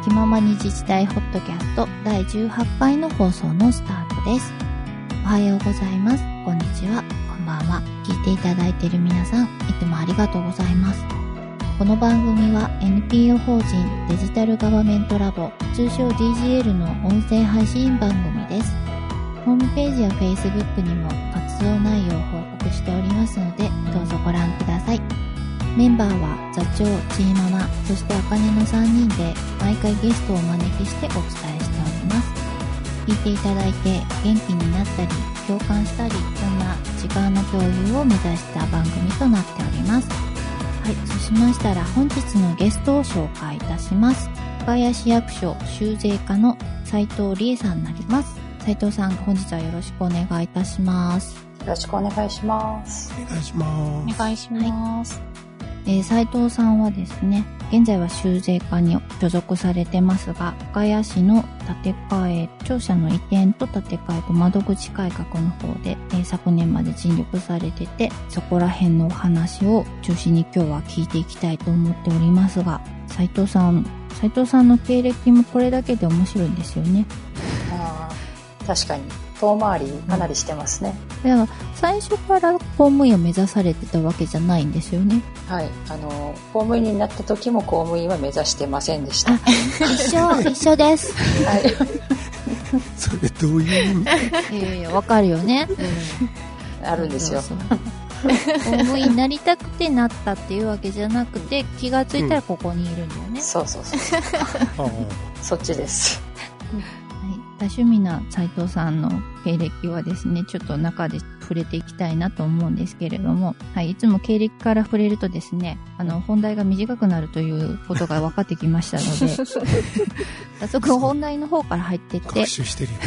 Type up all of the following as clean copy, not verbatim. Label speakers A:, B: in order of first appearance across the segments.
A: 気ままに自治体ホットキャスト第18回の放送のスタートです。おはようございます。こんにちは。こんばんは。聞いていただいている皆さん、いつもありがとうございます。この番組は NPO 法人デジタルガバメントラボ、通称 DGL の音声配信番組です。ホームページや Facebook にも活動内容を報告しておりますので、どうぞご覧ください。メンバーは座長、ちーママ、そしてあかねの3人で毎回ゲストをお招きしてお伝えしております。聞いていただいて元気になったり共感したり、そんな時間の共有を目指した番組となっております。はい、そうしましたら本日のゲストを紹介いたします。深谷市役所修税課の斉藤理恵さんになります。斉藤さん、本日はよろしくお願いいたします。
B: よろしくお願いします。
C: お願いします。
D: お願いします。
A: 斉藤さんはですね、現在は修税課に所属されてますが、深谷市の建て替え、庁舎の移転と建て替えと窓口改革の方で、昨年まで尽力されてて、そこら辺のお話を中心に今日は聞いていきたいと思っておりますが、斉藤さんの経歴もこれだけで面白いんですよね。
B: ああ、確かに遠回りかなりしてますね。
A: だから最初から公務員を目指されてたわけじゃないんですよね。
B: はい、公務員になった時も公務員は目指してませんでした。
A: 一緒です。
B: はい。
C: それどういう意味？
A: わかるよね。
B: あるんですよ。
A: そう公務員になりたくてなったっていうわけじゃなくて、気がついたらここにいるんだよね。
B: そう。そっちです。
A: 多趣味な斉藤さんの経歴はですね、ちょっと中で触れていきたいなと思うんですけれども、はい、いつも経歴から触れるとですね、本題が短くなるということが分かってきましたので、早速本題の方から入ってって。
C: 学習してるよ。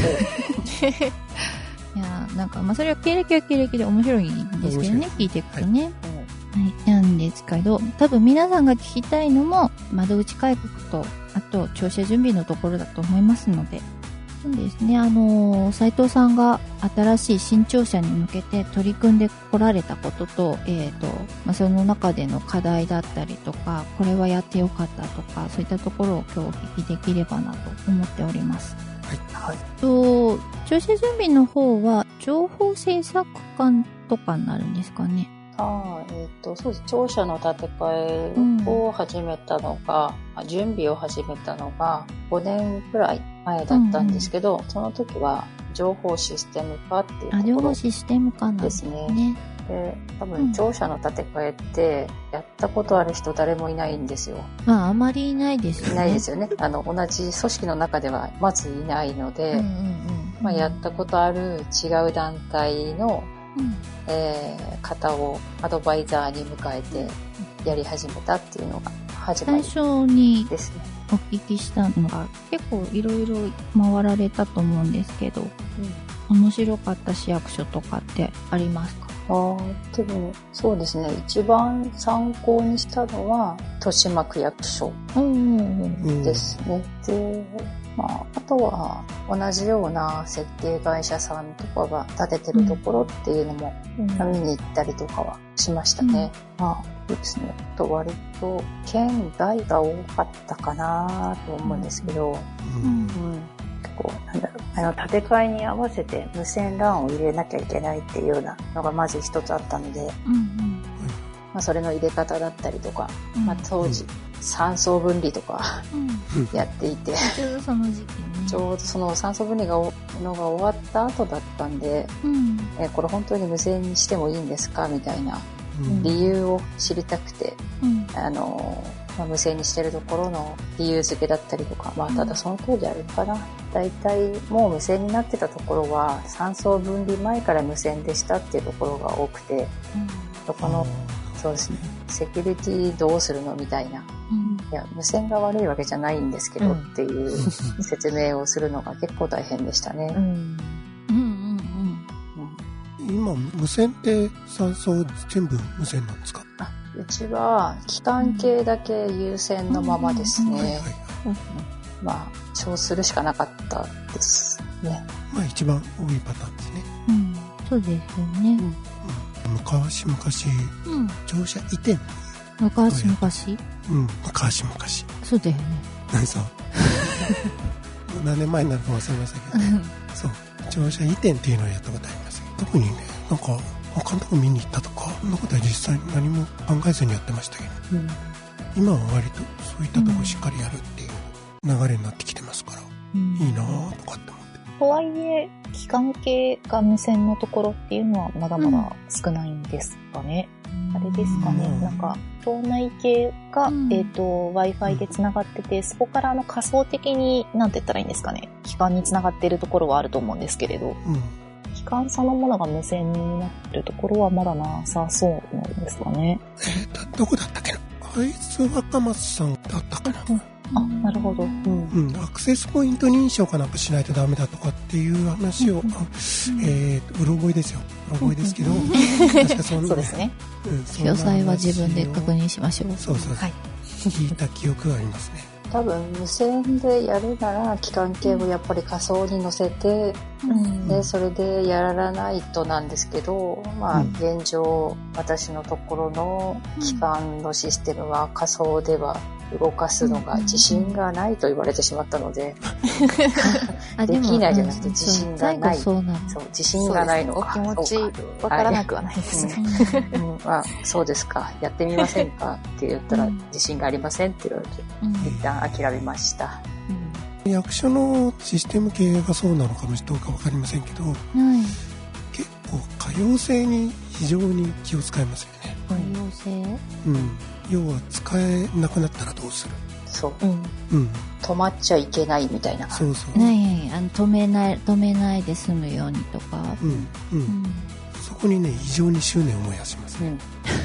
A: いやなんかそれは経歴は経歴で面白いんですけどね、聞いていくとね。はい、なんですけど、多分皆さんが聞きたいのも窓口改革と、あと庁舎準備のところだと思いますので、そうですね、斉藤さんが新しい新庁舎に向けて取り組んでこられたことと、その中での課題だったりとか、これはやってよかったとか、そういったところを今日お聞きできればなと思っております。
B: はい。
A: 庁舎準備の方は情報政策官とかになるんですかね。
B: そうです。庁舎の建て替えを始めたのが、準備を始めたのが5年くらい前だったんですけど、その時は情報システム化っていうところ
A: 情報システム化なんですね。
B: で、多分庁舎の建て替えってやったことある人誰もいないんですよ。
A: あまりいないですよね。
B: いないですよね。同じ組織の中ではまずいないので、やったことある違う団体の方をアドバイザーに迎えてやり始めたっていうのが始まりですね。
A: 最初にお聞きしたのが、結構いろいろ回られたと思うんですけど、面白かった市役所とかってありますか？
B: でもそうですね、一番参考にしたのは豊島区役所ですね。で、あとは同じような設計会社さんとかが建ててるところっていうのも見に行ったりとかはしましたね。そうですね。割と県外が多かったかなと思うんですけど、結構建て替えに合わせて無線 LAN を入れなきゃいけないっていうようなのがまず一つあったので、それの入れ方だったりとか、当時酸素分離とかやっていて、
A: ちょうどその時期ね。
B: ちょうどその酸素分離のが終わった後だったんで、これ本当に無線にしてもいいんですかみたいな理由を知りたくて、無線にしてるところの理由付けだったりとか、ただその当時あれかな、だいたいもう無線になってたところは酸素分離前から無線でしたっていうところが多くて、そこのそうですね、セキュリティどうするのみたいな、いや無線が悪いわけじゃないんですけどっていう説明をするのが結構大変でしたね。
C: 今無線って酸素全部無線なんですか？
B: うちは機関系だけ有線のままですね。そうするしかなかったですね。
C: 一番多いパターンですね。
A: そうですよね。
C: 昔々、庁舎移転。
A: 昔々。
C: 昔々。
A: そうだよね。
C: 何さ、 何年前になるか忘れましたけどそう乗車移転っていうのをやったことありますけど、特にねなんか他のとこ見に行ったとかそんなことは実際に何も考えずにやってましたけど、今は割とそういったとこしっかりやるっていう流れになってきてますから、いいなぁとかって思って。
B: とはいえ機関系が無線のところっていうのはまだまだ少ないんですかね。あれですかね、なんか町内系が、Wi-Fi でつながってて、そこから仮想的になんて言ったらいいんですかね、機関につながっているところはあると思うんですけれど、機関そのものが無線になってるところはまだなさそうなんですかね。
C: どこだったっけな、会津若松さんだったかな。
B: あ、なるほど。
C: アクセスポイント認証かなんかしないとダメだとかっていう話を、うろ覚えですよ。うろ覚えですけど、確かそんな、
B: そうですね。
A: 詳細は自分で確認しましょう。
C: そう、はい、聞いた記憶がありますね。
B: 多分無線でやるなら機関系をやっぱり仮想に載せて、でそれでやらないとなんですけど、まあ現状、私のところの機関のシステムは仮想では動かすのが自信がないと言われてしまったので、できないじゃなくて自信がない。そう、自信がないのか。お気持ちわからなくはないですね。そうですか、やってみませんかって言ったら、自信がありませんって言われて、一旦諦めました。
C: 役所のシステム系がそうなのかもどうかわかりませんけど、結構可用性に非常に気を使いますよね。
A: 可用性？
C: 要は使えなくなったらどうする？
B: そう。止まっちゃいけないみたいな。
C: そう。
A: 止めないで済むようにとか。
C: そこにね異常に執念を燃やしますね。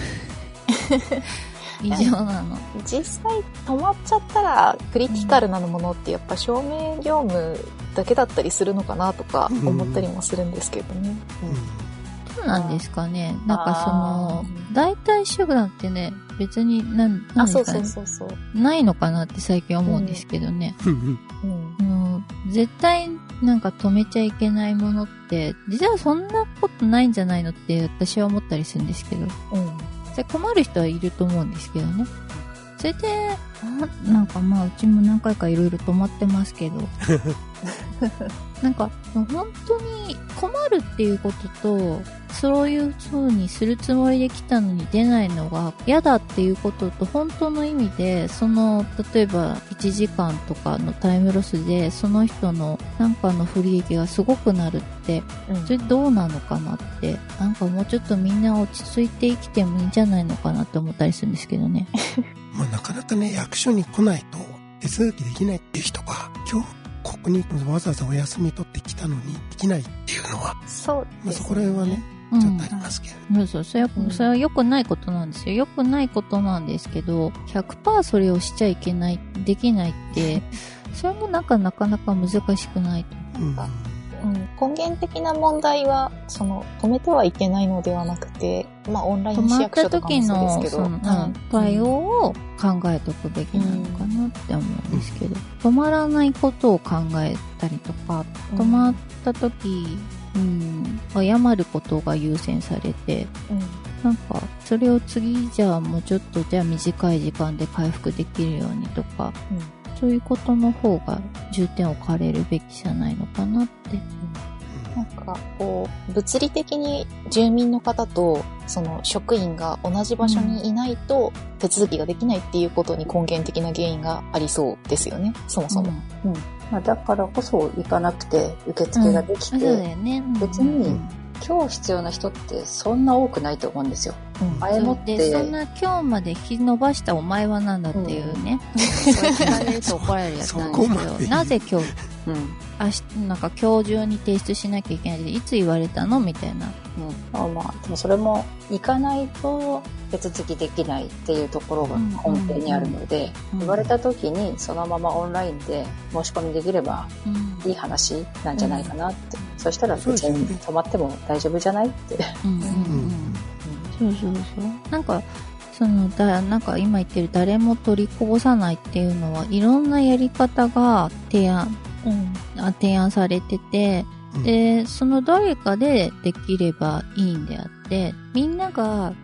A: 異常なの。
B: 実際止まっちゃったらクリティカルなものってやっぱ照明業務だけだったりするのかなとか思ったりもするんですけどね。
A: どうなんですかね。なんか代替手段ってね、別になんですかね。そうないのかなって最近思うんですけどね。絶対なんか止めちゃいけないものって実はそんなことないんじゃないのって私は思ったりするんですけど。困る人はいると思うんですけどね。それでなんかまあうちも何回かいろいろ止まってますけどなんか本当に困るっていうことと、そういう風にするつもりで来たのに出ないのが嫌だっていうことと、本当の意味で例えば1時間とかのタイムロスでその人のなんかの不利益がすごくなるって、それどうなのかなって、なんかもうちょっとみんな落ち着いて生きてもいいんじゃないのかなって思ったりするんですけどね。
C: まあなかなかね、役所に来ないと手続きできないっていう人が今日ここにわざわざお休み取ってきたのにできないっていうのは、
B: そうですね。
C: まあ、そこら辺はね、ちょっとありますけど。
A: それは良くないことなんですよ。良くないことなんですけど、100% それをしちゃいけない、できないって、それもなかなか難しくないというか。
B: 根源的な問題は止めてはいけないのではなくて、まあオンライン市役所とかもそうですけど、
A: 対応を考えておくべきなのかなって思うんですけど、止まらないことを考えたりとか、止まった時、謝ることが優先されて、なんかそれを次じゃあもうちょっと短い時間で回復できるようにとか、そういうことの方が重点を置かれるべきじゃないのかなって。
B: なんか物理的に住民の方と職員が同じ場所にいないと手続きができないっていうことに根源的な原因がありそうですよね、そもそも。まあ、だからこそ行かなくて受付ができて、別に今日必要な人ってそんな多くないと思うんですよ。前もって
A: そんな今日まで引き伸ばしたお前はなんだっていうね、そう聞かれると怒られるやつなんですけど、なぜ今日なんか今日中に提出しなきゃいけないでいつ言われたのみたいな。
B: まあでもそれも行かないと手続きできないっていうところが根底にあるので、言われた時にそのままオンラインで申し込みできればいい話なんじゃないかなって。そしたら別に止まっても大丈夫じゃないって。
A: そう。なんかなんか今言ってる誰も取りこぼさないっていうのはいろんなやり方が提案されてて、でそのどれかでできればいいんであって、みんなを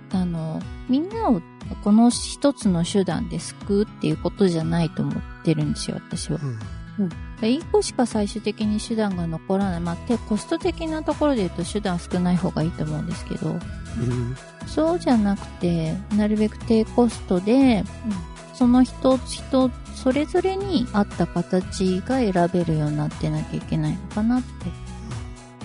A: この一つの手段で救うっていうことじゃないと思ってるんですよ、私は。 1個しか最終的に手段が残らない。まあ、コスト的なところで言うと手段少ない方がいいと思うんですけど、そうじゃなくて、なるべく低コストで、その人それぞれに合った形が選べるようになってなきゃいけないのかなって。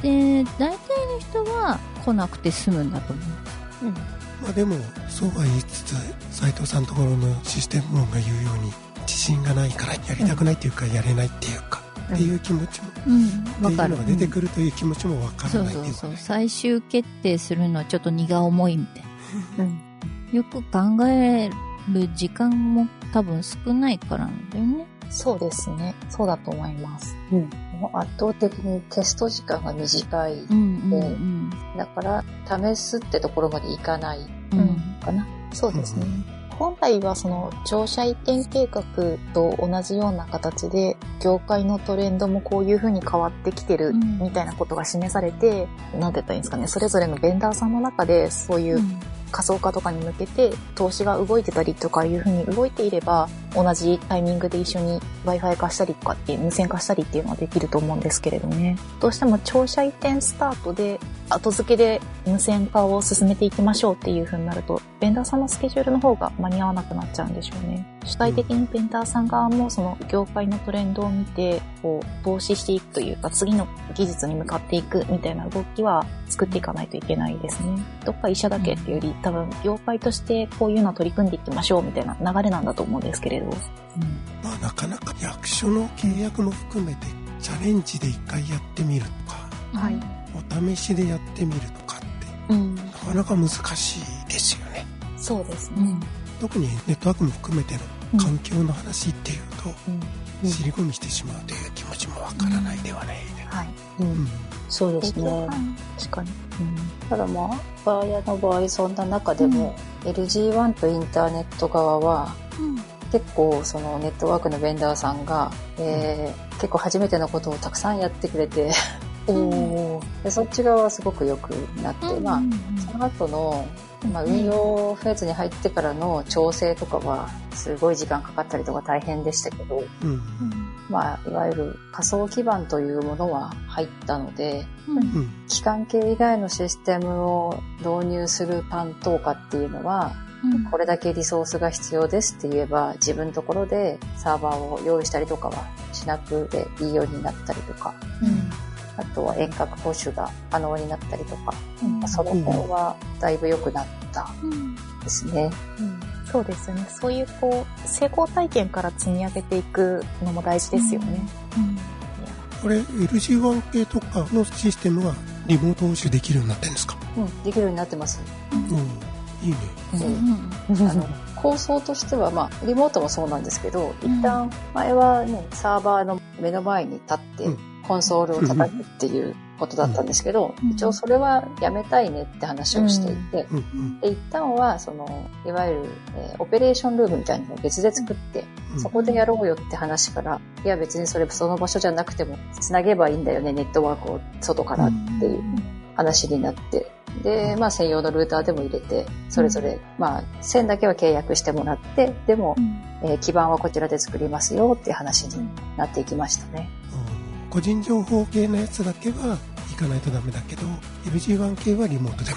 A: で、大体の人は来なくて済むんだと思うんです。
C: まあでも、そうは言いつつ、斉藤さんのところのシステム論が言うように、自信がないからやりたくないっていうか、やれないっていうか、っていう気持ちも、っていうのが出てくるという気持ちもわからないっていうか、
A: そう最終決定するのはちょっと荷が重いみたいな。よく考える時間も多分少ないからなんだよね。
B: そうですね。そうだと思います。もう圧倒的にテスト時間が短いで、だから試すってところまでいかないかな。そうですね。本来はその乗車移転計画と同じような形で業界のトレンドもこういう風に変わってきてるみたいなことが示されて、なんて言ったらいいんですかね、それぞれのベンダーさんの中でそういう仮想化とかに向けて投資が動いてたりとかいう風に動いていれば、同じタイミングで一緒に Wi-Fi 化したりとかっていう無線化したりっていうのはできると思うんですけれどね。どうしても乗車移転スタートで後付けで無線化を進めていきましょうっていう風になると、ベンダーさんのスケジュールの方が間に合わなくなっちゃうんでしょうね。主体的にベンダーさん側もその業界のトレンドを見てこう投資していくというか、次の技術に向かっていくみたいな動きは作っていかないといけないですね。どっか医者だけっていうより、多分業界としてこういうのを取り組んでいきましょうみたいな流れなんだと思うんですけれど、
C: まあなかなか役所の契約も含めてチャレンジで一回やってみるとか、お試しでやってみるとかって、なかなか難しいですよね。
B: そうですね。
C: 特にネットワークも含めての環境の話っていうと、尻込みしてしまうという気持ちもわからないではないで、
B: そうですね。確かに。ただまあ、バーヤの場合そんな中でも、LG1 とインターネット側は、結構そのネットワークのベンダーさんが、結構初めてのことをたくさんやってくれてでそっち側はすごく良くなって、その後の、運用フェーズに入ってからの調整とかはすごい時間かかったりとか大変でしたけど、いわゆる仮想基盤というものは入ったので、機関系以外のシステムを導入する担当者っていうのは、これだけリソースが必要ですって言えば自分のところでサーバーを用意したりとかはしなくていいようになったりとか、あとは遠隔保守が可能になったりとか、その辺はだいぶ良くなったですね。
D: そうですよね。そういう成功体験から積み上げていくのも大事ですよね。
C: これ LG1 系とかのシステムはリモート保守できるようになってるんですか？
B: できるようになってます。
C: いいね。
B: 構想としては、リモートもそうなんですけど、一旦前はね、サーバーの目の前に立って、コンソールを叩くっていうことだったんですけど、一応それはやめたいねって話をしていて、で一旦はそのいわゆる、オペレーションルームみたいなのを別で作って、そこでやろうよって話から、いや別にその場所じゃなくてもつなげばいいんだよね、ネットワークを外からっていう話になって、で、専用のルーターでも入れて、それぞれ、線だけは契約してもらって、でも、基盤はこちらで作りますよっていう話になっていきましたね。
C: 個人情報系のやつだけは行かないとダメだけど、LG1 系はリモートでも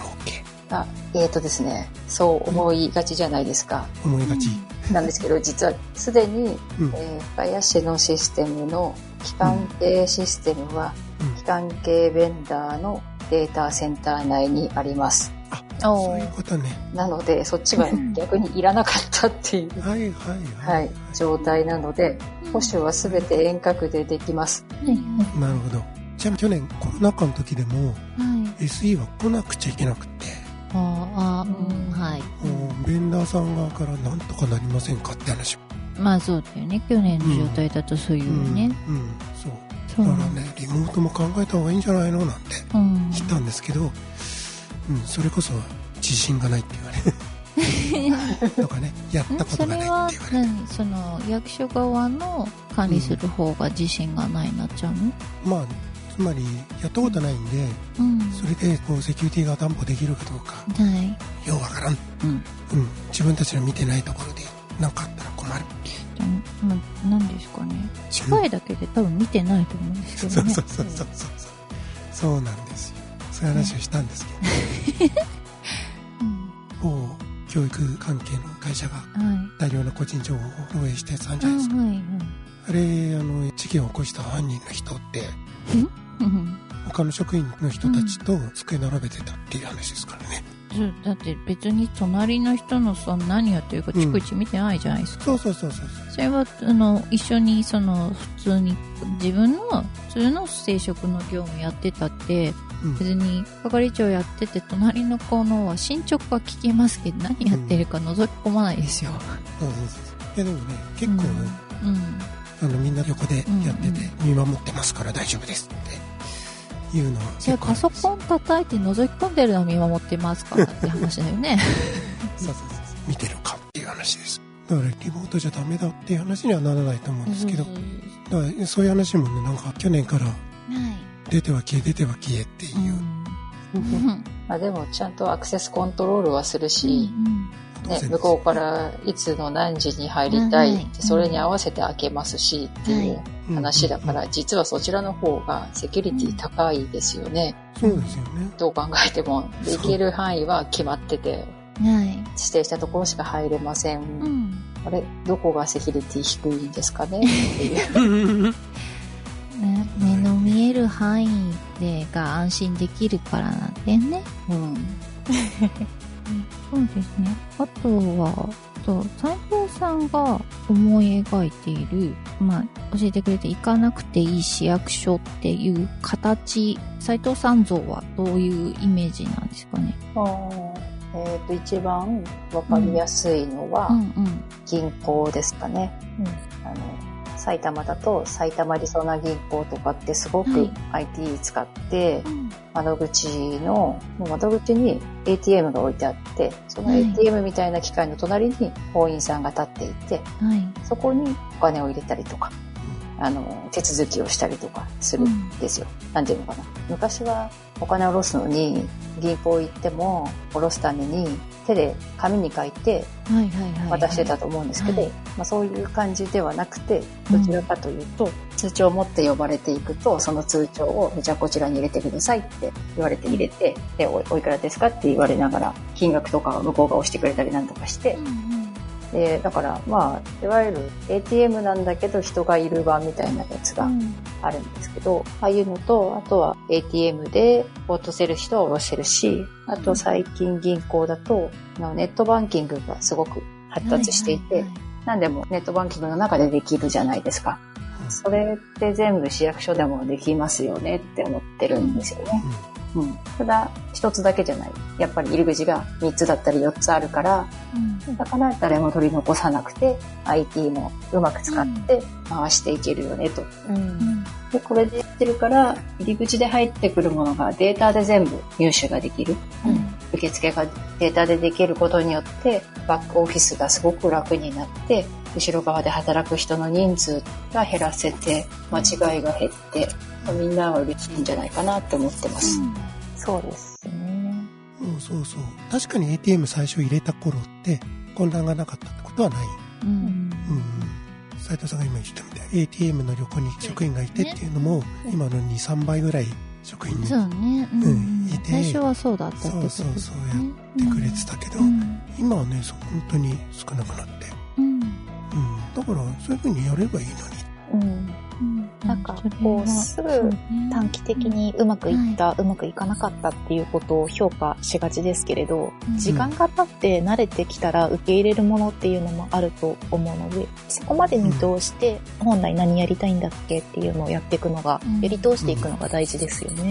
C: OK。
B: ですね、そう思いがちじゃないですか。
C: 思いがち。
B: なんですけど、実はすでに、深谷市のシステムの機関系システムは、機関系ベンダーのデータセンター内にあります。
C: そういうことね。
B: なので、そっちは逆にいらなかったっていう、状態なので、保守はすべて遠隔でできます。
C: なるほど。じゃあ去年コロナ禍の時でも、SE は来なくちゃいけなくて、ベンダーさん側からなんとかなりませんかって話を。
A: そうだよね。去年の状態だとそういうね。
C: そう。だからね、リモートも考えた方がいいんじゃないのなんて言ったんですけど、それこそ自信がないって言われるとかね、やったことがないって言われる。
A: それはその役所側の管理する方が自信がないなっちゃうの？
C: つまりやったことないんで、それでセキュリティが担保できるかどうか、ようわからん。自分たちの見てないところで何かあったら困る。
A: なんですかね。近いだけで多分見てないと思うんですけどね。
C: そうなんですよ。そういう話をしたんですけど、某教育関係の会社が大量の個人情報を漏洩したやつあるんじゃないですか。あれ、事件を起こした犯人の人って他の職員の人たちと机並べてたっていう話ですからね。
A: だって別に隣の人の何やってるか逐一見てないじゃないですか。
C: そう。そ
A: れは一緒に普通に自分の普通の正職の業務やってたって、別に係長やってて隣の子のは進捗は聞きますけど、何やってるか覗き込まないですよ。
C: いやでもね、結構、みんな横でやってて見守ってますから大丈夫ですっていうのは
A: じゃあパソコン叩いて覗き込んでるのを見守ってますからって話だよね。
C: そう見てるかっていう話です。だからリモートじゃダメだっていう話にはならないと思うんですけど、だからそういう話もね、なんか去年から出ては消えっていう、
B: でもちゃんとアクセスコントロールはするし、向こうからいつの何時に入りたいってそれに合わせて開けますしっていう話だから、実はそちらの方がセキュリティ高いですよね。
C: そうですよね。
B: どう考えてもできる範囲は決まってて、指定したところしか入れません。あれどこがセキュリティ低いんですかねっていう
A: 目の見える範囲が安心できるからなんでね。そうですね。あとは、斉藤さんが思い描いている、教えてくれて行かなくていい市役所っていう形、斉藤さん像はどういうイメージなんですかね。
B: 一番わかりやすいのは、銀行ですかね。埼玉だと埼玉りそな銀行とかってすごく IT 使って、窓口に ATM が置いてあって、その ATM みたいな機械の隣に行員さんが立っていて、そこにお金を入れたりとか、手続きをしたりとかするんですよ。なんていうのかな。昔はお金を下ろすのに銀行行っても下ろすために手で紙に書いて渡してたと思うんですけど、そういう感じではなくて、どちらかというと、通帳を持って呼ばれていくと、その通帳をじゃあこちらに入れてくださいって言われて入れて、で おいくらですかって言われながら金額とかは向こうが押してくれたりなんとかして、だからいわゆる ATM なんだけど人がいる版みたいなやつがあるんですけど、ああいうのと、あとは ATM で落とせる人は下ろせるし、あと最近銀行だとネットバンキングがすごく発達していて、何でもネットバンキングの中でできるじゃないですか。それって全部市役所でもできますよねって思ってるんですよね。ただ一つだけじゃない。やっぱり入り口が3つだったり4つあるから、だから誰も取り残さなくて IT もうまく使って回していけるよねと。でこれでやってるから入り口で入ってくるものがデータで全部入手ができる。受付がデータでできることによってバックオフィスがすごく楽になって、後ろ側で働く人の人数が減らせて間違いが減って、みんなは嬉しいんじゃないかなって思ってます。
D: そうですね。
C: そう確かに ATM 最初入れた頃って混乱がなかったってことはない。斉藤さんが今言ったみたいに ATM の横に職員がいてっていうのも今の 2,3 倍ぐらい職員にいて、
A: 最初はそうだったってことですね。
C: そうやってくれてたけど、今はね本当に少なくなって、だからそういう風にやればいいのに。
D: なんかすぐ短期的にうまくいった、うまくいかなかったっていうことを評価しがちですけれど、時間が経って慣れてきたら受け入れるものっていうのもあると思うので、そこまで見通して本来何やりたいんだっけっていうのをやっていくのが、やり通していくのが大事ですよね。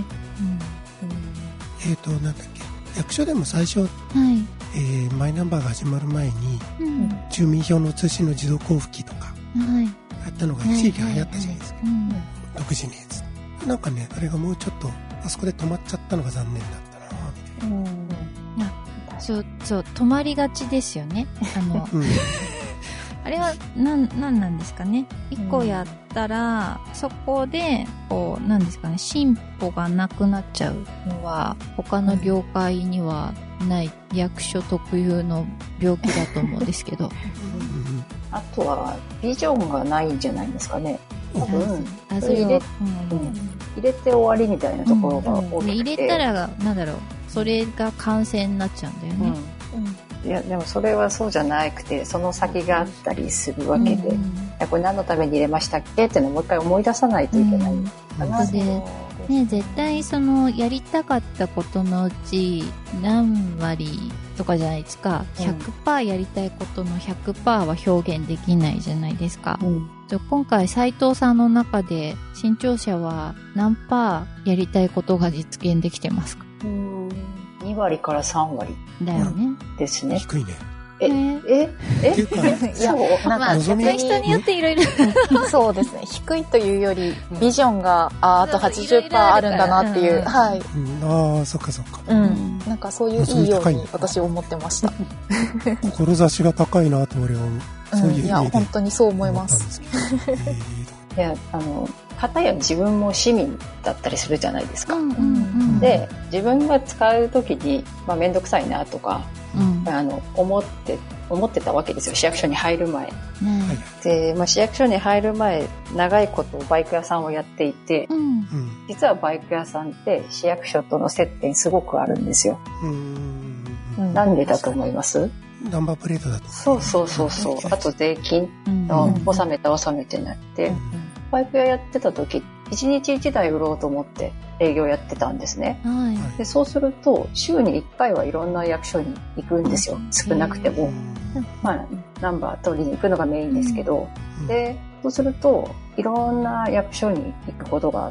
C: なんだっけ、役所でも最初、マイナンバーが始まる前に、住民票の通信の自動交付機とか、やったのが一時期流行ったじゃないですか。独自のやつ。なんかね、あれがもうちょっとあそこで止まっちゃったのが残念だったなみたいな。
A: そう止まりがちですよね。あれはなんなんですかね。一個やったら、そこでなんですかね、進歩がなくなっちゃうのは他の業界にはない役所特有の病気だと思うんですけど
B: あとはビジョンがないんじゃないですかね。多分それ入れて終わりみたいなところが大きくて、
A: 入れたらなんだろう、それが感染になっちゃうんだよね。
B: いやでもそれはそうじゃなくて、その先があったりするわけで、いやこれ何のために入れましたっけっていうのをもう一回思い出さないといけないかな。
A: ね、絶対そのやりたかったことのうち何割とかじゃないですか、100% やりたいことの 100% は表現できないじゃないですか。今回斉藤さんの中で新潮社は何パーやりたいことが実現できてますか
B: ？2割から3割
A: だよね。
B: ですね。
C: 低いね。
B: っていうか、
D: いや、なんか
A: 人によっていろいろ
D: そうですね。低いというより、ビジョンが、あと 80% あるんだなっていう。はい。
C: ああ、そっかそっか。
D: なんかそういういいように私思ってました。
C: 志が高いなと俺は、そういう意味で。
D: いや、本当にそう思います。
B: いや、片や自分も市民だったりするじゃないですか。で、自分が使うときに、めんどくさいなとか、思ってたわけですよ、市役所に入る前。で、市役所に入る前、長いことバイク屋さんをやっていて、実はバイク屋さんって市役所との接点すごくあるんですよ。なんでだと思います？
C: ナンバープレートだと。
B: そう。あと税金の納めてないで、バイク屋やってた時、1日1台売ろうと思って営業やってたんですね。でそうすると週に1回はいろんな役所に行くんですよ、少なくても。ナンバー取りに行くのがメインですけど、でそうするといろんな役所に行くことがあって、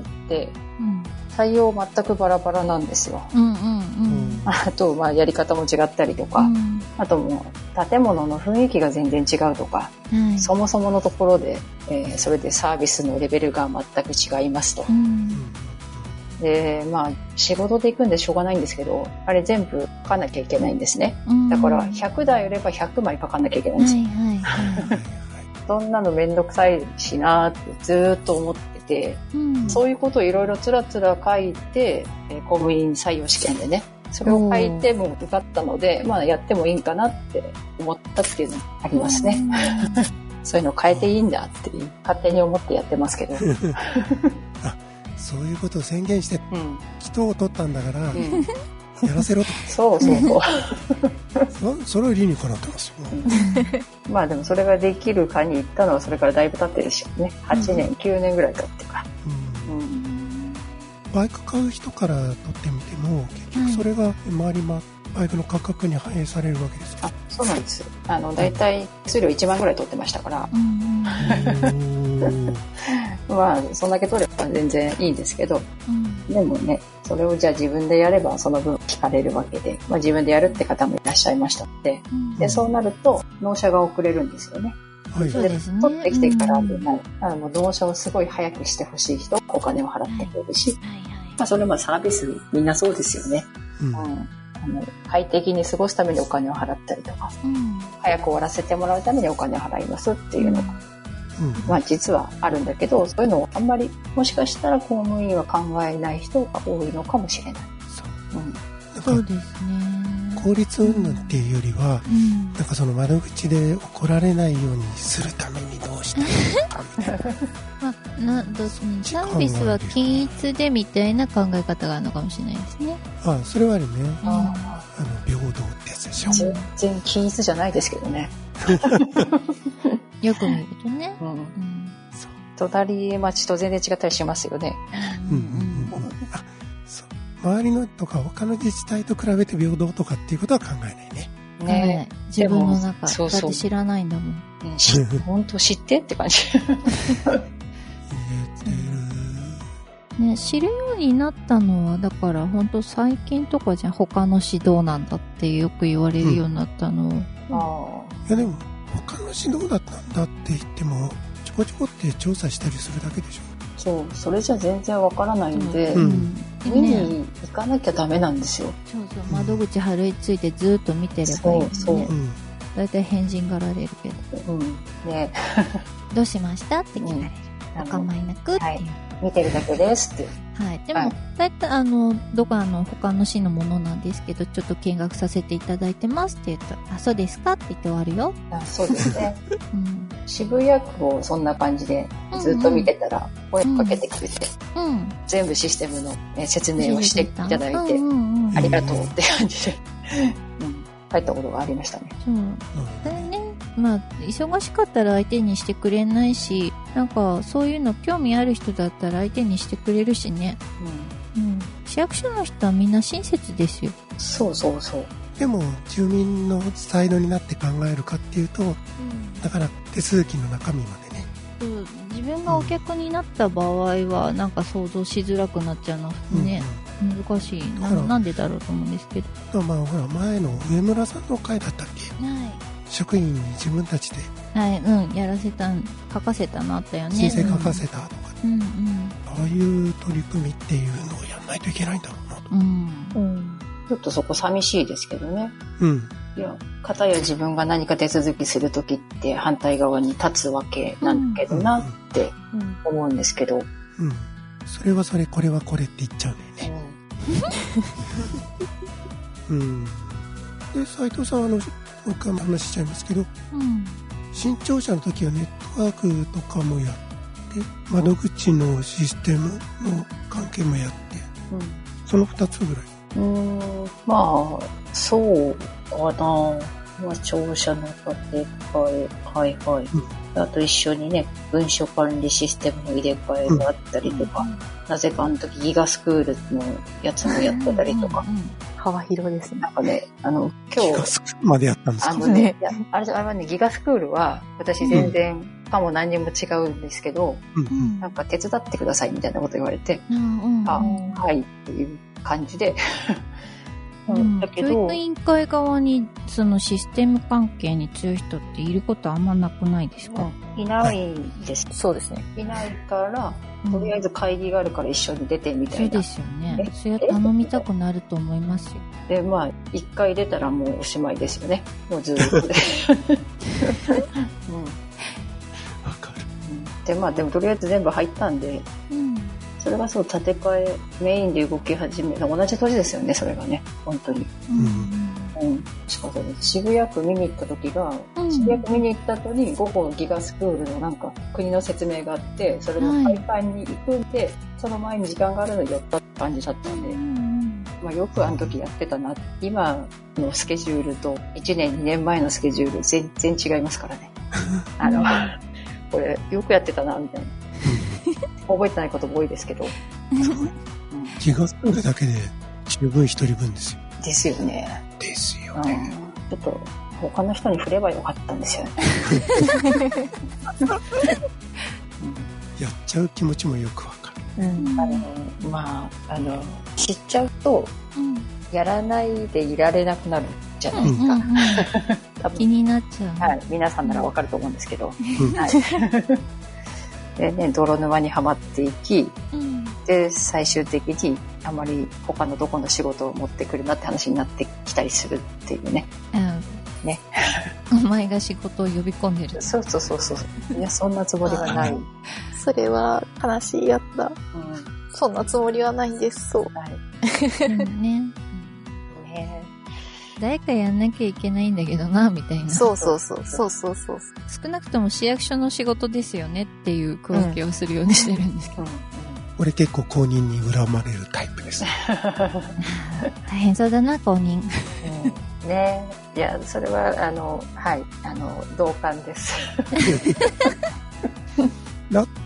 B: 採用全くバラバラなんですよ。あとやり方も違ったりとか、あともう建物の雰囲気が全然違うとか、そもそものところで、それでサービスのレベルが全く違いますと。で仕事で行くんでしょうがないんですけど、あれ全部書かなきゃいけないんですね。だから100台売れば100枚書かなきゃいけないんですよ。そんなのめんどくさいしなってずっと思ってて、そういうことをいろいろつらつら書いて、公務員採用試験でね、それを書いても受かったので、やってもいいんかなって思ったっていうのがありますね。そういうの変えていいんだって勝手に思ってやってますけど。
C: そういうことを宣言して、人を取ったんだから、やらせろと。
B: そう。
C: それは理にかなってますよ。
B: でもそれができるかに行ったのはそれからだいぶ経ってるでしょうね。8年、9年ぐらい経ってから。
C: バイク買う人から取ってみても、結局それが周りバイクの価格に反映されるわけですよ。
B: そうなんです。だいたい手数料1万ぐらい取ってましたから。そんだけ取れば全然いいんですけど、でもね、それをじゃあ自分でやればその分聞かれるわけで、自分でやるって方もいらっしゃいましたので、でそうなると納車が遅れるんですよね。で取ってきてから納車をすごい早くしてほしい人はお金を払ってくれるし、それもサービスみんなそうですよね。快適に過ごすためにお金を払ったりとか、早く終わらせてもらうためにお金を払いますっていうのが、実はあるんだけど、そういうのをあんまりもしかしたら公務員は考えない人が多いのかもしれない。
A: そうですね。
C: 効率云々っていうよりは、なんかその窓口で怒られないようにするためにどうしてるのかみたいな。
A: サービスは均一でみたいな考え方があるのかもしれないですね。
C: それはあるね。平等ってやつでしょ。
B: 全然均一じゃないですけどね。
A: よく見るとね。
B: 隣町と全然違ったりしますよね。
C: 周りのとか他の自治体と比べて平等とかっていうことは考えないね。
A: ね、自分の中だって知らないんだもん。
B: 本当知ってって感じ。
A: ね、知るようになったのはだから本当最近とかじゃ他の指導なんだってよく言われるようになったの。
C: いやでも他の指導だったんだって言ってもちょこちょこって調査したりするだけでしょ。
B: それじゃ全然わからないんで、見に行かなきゃダメなんですよ。
A: 窓口張り付いてずっと見てればいいね。だいたい変人がられるけど。どうしましたって聞かれる。お構いなくっていう。
B: 見てるだけですって。
A: はい。でも、だいたいどこ他の市のものなんですけど、ちょっと見学させていただいてますって言うと、あ、そうですかって言って終わるよ。
B: あ、そうですね。
A: うん、
B: 渋谷区をそんな感じでずっと見てたら、声かけてくれて、全部システムの、説明をしていただいて、ありがとうって感じで、帰ったことがありましたね。
A: そう。それね、まあ、忙しかったら相手にしてくれないし、なんか、そういうの興味ある人だったら相手にしてくれるしね。市役所の人はみんな親切ですよ。
B: そうそうそう。
C: でも、住民のサイドになって考えるかっていうと、だから手続きの中身までね。
A: 自分がお客になった場合は、なんか想像しづらくなっちゃうのね。難しい。なんでだろうと思うんですけど。
C: まあ、ほら、前の上村さんの会だったっけ？
A: はい。
C: 職員に自分たちで。
A: はい、やらせた、書かせたなったよね。
C: 申請書かせたとか。ああいう取り組みっていうのをやんないといけないんだろうなと。
B: ちょっとそこ寂しいですけどね。いや、片や自分が何か手続きするときって反対側に立つわけなんだけどなって思うんですけど。
C: それはそれ、これはこれって言っちゃうんだよね。で、斉藤さんはもう一回話しちゃいますけど、新庁舎の時はネットワークとかもやって、窓口のシステムの関係もやって、その2つぐらい。
B: まあ、そうかな。まあ、庁舎の建て替え、はいはい。あと一緒にね、文書管理システムの入れ替えがあったりとか、なぜかあの時ギガスクールのやつもやってたりとか。
D: 幅広ですね。
B: なんかね、今日。
C: ギガスクールまでやったんですか？
B: あれはね、ギガスクールは、私全然、かも何にも違うんですけど、なんか手伝ってくださいみたいなこと言われて、はいっていう感じで、
A: だけど教育委員会側にそのシステム関係に強い人っていることあんまなくないですか？
B: いないです。
D: そうですね。
B: いないから、とりあえず会議があるから一緒に出てみたいな。
A: そうですよね。それ頼みたくなると思いますよ。
B: で、まあ、一回出たらもうおしまいですよね。もうずっとで。
C: わかる。
B: で、まあ、でもとりあえず全部入ったんで、それがそう建て替えメインで動き始めた同じ年ですよね、それがね、本当に。しかも渋谷区見に行った時が、渋谷区見に行った後に午後ギガスクールのなんか国の説明があって、それの会館に行くんで、その前に時間があるのに寄ったって感じだったんで、まあよくあの時やってたな。今のスケジュールと1年2年前のスケジュール全然違いますからね。これよくやってたなみたいな。覚えてないことも多いですけど。
C: ギガスクールだけで十分一人分ですよ。
B: ですよね。
C: ですよね。
B: ちょっと他の人に振ればよかったんですよね。
C: やっちゃう気持ちもよくわかる。
B: まあ知っちゃうと、やらないでいられなくなるじゃないですか。
A: 気になっちゃう。
B: はい、皆さんならわかると思うんですけど。でね、泥沼にはまっていき、で最終的にあまり他のどこの仕事を持ってくるなって話になってきたりするっていうね。ね。
A: お前が仕事を呼び込んでる。
B: そう。いや、そんなつもりはない。
D: それは悲しいやつだ。そんなつもりはないんです。そう。
A: ね。誰かやんなきゃいけないんだけどな、みたいな。
D: そう。少
A: なくとも市役所の仕事ですよねっていう区分けをするようにしてるんですけど。
C: 俺結構公認に恨まれるタイプです。
A: 大変そうだな、公認。
B: ねえ。いや、それは、はい、同感です。
C: だって、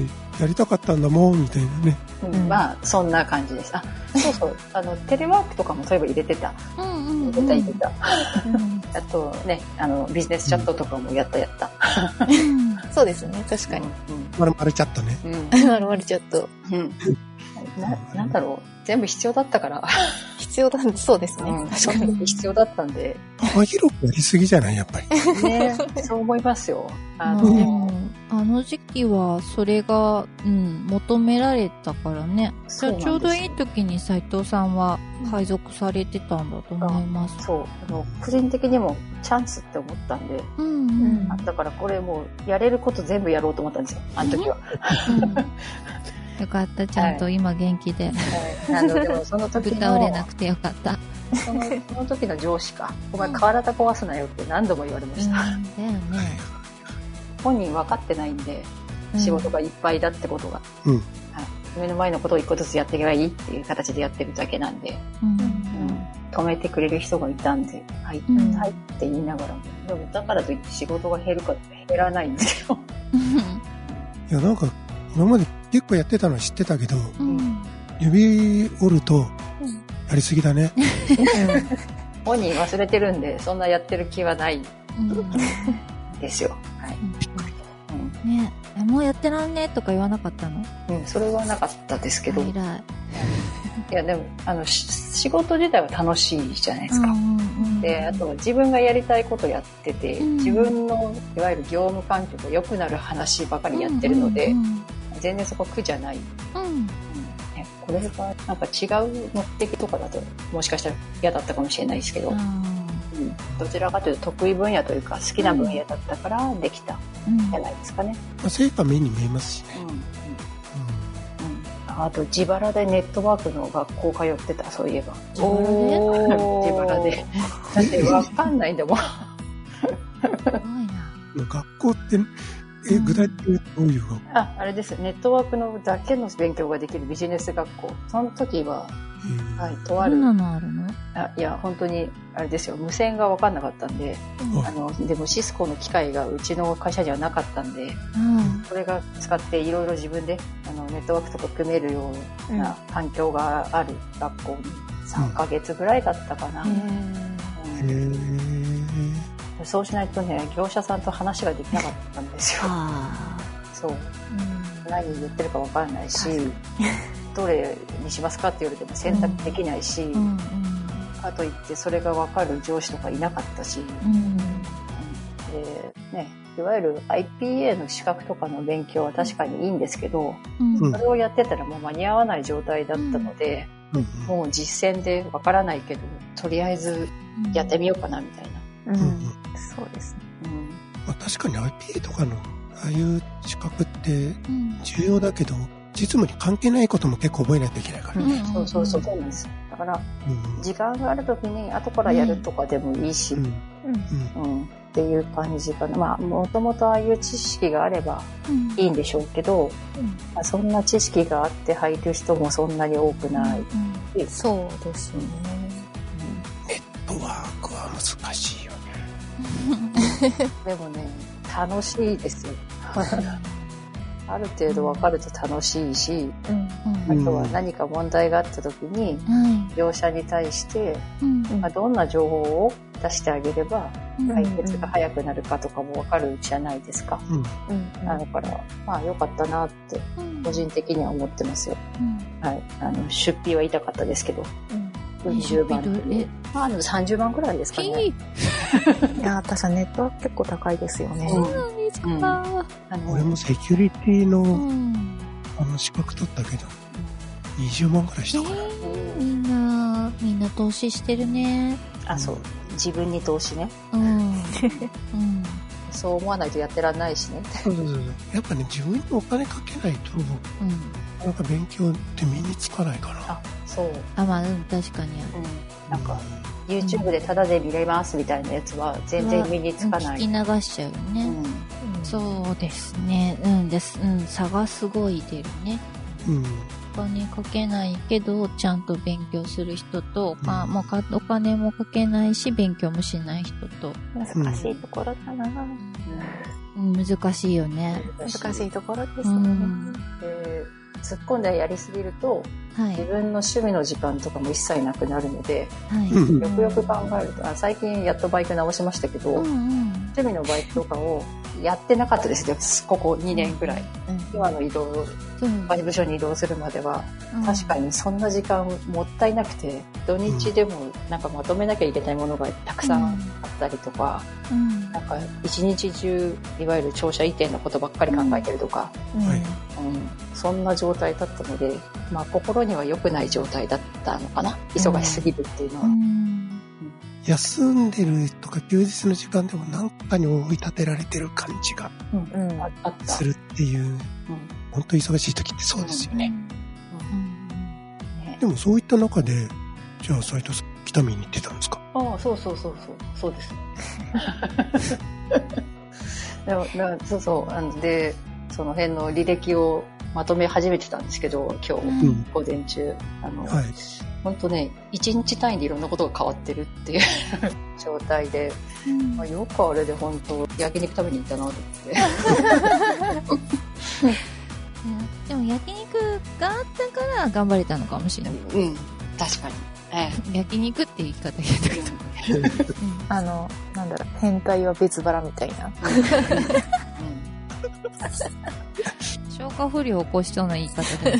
C: やりたかったんだもん、みたいなね。
B: まあ、そんな感じです。あ、そう。テレワークとかもそういえば入れてた。入れた。あとね、ビジネスチャットとかもやった。
D: そうですね、確かに。
C: 丸々チャットね。
D: 丸々チャット。
B: なんだろう。全部必要だったから。
D: 必要だ、そうですね。
B: 確かに必要だったんで。
C: 幅広くやりすぎじゃないやっぱり。
B: ね、そう思いますよ。
A: あの時期はそれが、求められたからね。じゃあちょうどいい時に斉藤さんは配属されてたんだと思います。
B: そう。個人的にもチャンスって思ったんで、 だからこれもうやれること全部やろうと思ったんですよ、あの時は。
A: よかった、ちゃんと今元気で。
B: でもその時の
A: 倒れなくてよかった。
B: その時の上司か、お前体壊すなよって何度も言われました。だよね。本人分かってないんで、仕事がいっぱいだってことが。目の前のことを一個ずつやっていけばいいっていう形でやってるだけなんで、止めてくれる人がいたんで、はい、はいって言いながらも、でもだからといって仕事が減るかって減らないんですよ。
C: いや、なんか今まで結構やってたのは知ってたけど、指折るとやりすぎだね。
B: 本人忘れてるんで、そんなやってる気はないですよ。はい。
A: ね、もうやってらんねとか言わなかったの？
B: それはなかったですけど。
A: 偉い。
B: いやでも仕事自体は楽しいじゃないですか。で、あとは自分がやりたいことやってて、自分のいわゆる業務環境が良くなる話ばかりやってるので、全然そこ苦じゃない。これがなんか違う目的とかだともしかしたら嫌だったかもしれないですけど、どちらかというと得意分野というか好きな分野だったからできたじゃないですかね。
C: 成果目に見えますしね。
B: あと自腹でネットワークの学校通ってた、そういえば。自腹で。だって分かんないんだもん。す
A: ごいな。
C: 学校って具体的にどういう学校？
B: あれです。ネットワークのだけの勉強ができるビジネス学校。その時は、とある。
A: どんなのあるの？
B: いや、本当に、あれですよ。無線が分かんなかったんで、でもシスコの機械がうちの会社にはなかったんで、それが使っていろいろ自分で、ネットワークとか組めるような環境がある学校に3ヶ月ぐらいだったかな。そうしないとね、業者さんと話ができなかったんですよ。そう。何言ってるか分かんないし、どれにしますかって言われても選択できないし、かといってそれが分かる上司とかいなかったし、でね、いわゆる IPA の資格とかの勉強は確かにいいんですけど、それをやってたらもう間に合わない状態だったので、もう実践で分からないけど、とりあえずやってみようかなみたいな。
D: そうですね。
C: 確かに IPA とかのああいう資格って重要だけど、実務に関係ないことも結構覚えないといけないからね。
B: そうなんです。だから、時間があるときに後からやるとかでもいいし、っていう感じかな。まあ、もともとああいう知識があればいいんでしょうけど、そんな知識があって入る人もそんなに多くない。
D: そうですよね。
C: ネットワークは難しいよね。
B: でもね、楽しいですよ。ある程度分かると楽しいし、あとは何か問題があった時に、業者に対して、どんな情報を出してあげれば解決が早くなるかとかも分かるじゃないですか。だから、まあ良かったなって個人的には思ってますよ。出費は痛かったですけど。20万で。30万くらいですかね。
D: いや、私はネットは結構高いですよね。
C: 俺もセキュリティの資格取ったけど、20万くらいしたから。
A: みんな投資してるね。
B: そう。自分に投資ね。そう思わないとやってらんないしね。
C: やっぱね、自分にお金かけないと、なんか勉強って身につかないかな。
B: そう。
A: まあ、確かに
B: なんか、YouTube でタダで見れますみたいなやつは全然身につかない。
A: 聞き流しちゃうよね。そうですね。差がすごい出るね。お金かけないけど、ちゃんと勉強する人と、もうお金もかけないし、勉強もしない人と。
D: 難しいところだな。
A: 難しいよね。
D: 難しいところですよね。
B: 突っ込んでやりすぎると、自分の趣味の時間とかも一切なくなるので、よくよく考えると、最近やっとバイク直しましたけど、趣味のバイクとかをやってなかったですよ、ここ2年ぐらい。今の移動、部署に移動するまでは、確かにそんな時間もったいなくて、土日でもなんかまとめなきゃいけないものがたくさんあったりとか、なんか一日中いわゆる聴者意見のことばっかり考えてるとか、そんな状態だったので、心には良くない状態だったのかな、忙しすぎるっていうのは。
C: 休んでるとか休日の時間でも何かに追い立てられてる感じがするっていう、本当に忙しい時ってそうですよね。でもそういった中で、じゃあ斉藤さん北見に行ってたんですか？
B: ああ、そうですでもなんでその辺の履歴をまとめ始めてたんですけど、今日、午前中本当ね、1日単位でいろんなことが変わってるっていう状態で、よくあれで本当焼肉食べに行ったなと思って
A: でも焼肉があったから頑張れたのかもしれない。
B: 確かに、
A: 焼肉って言い方言ったけど
D: なんだろう、変態は別腹みたいな
A: 消化不良を起こしそうな言い方で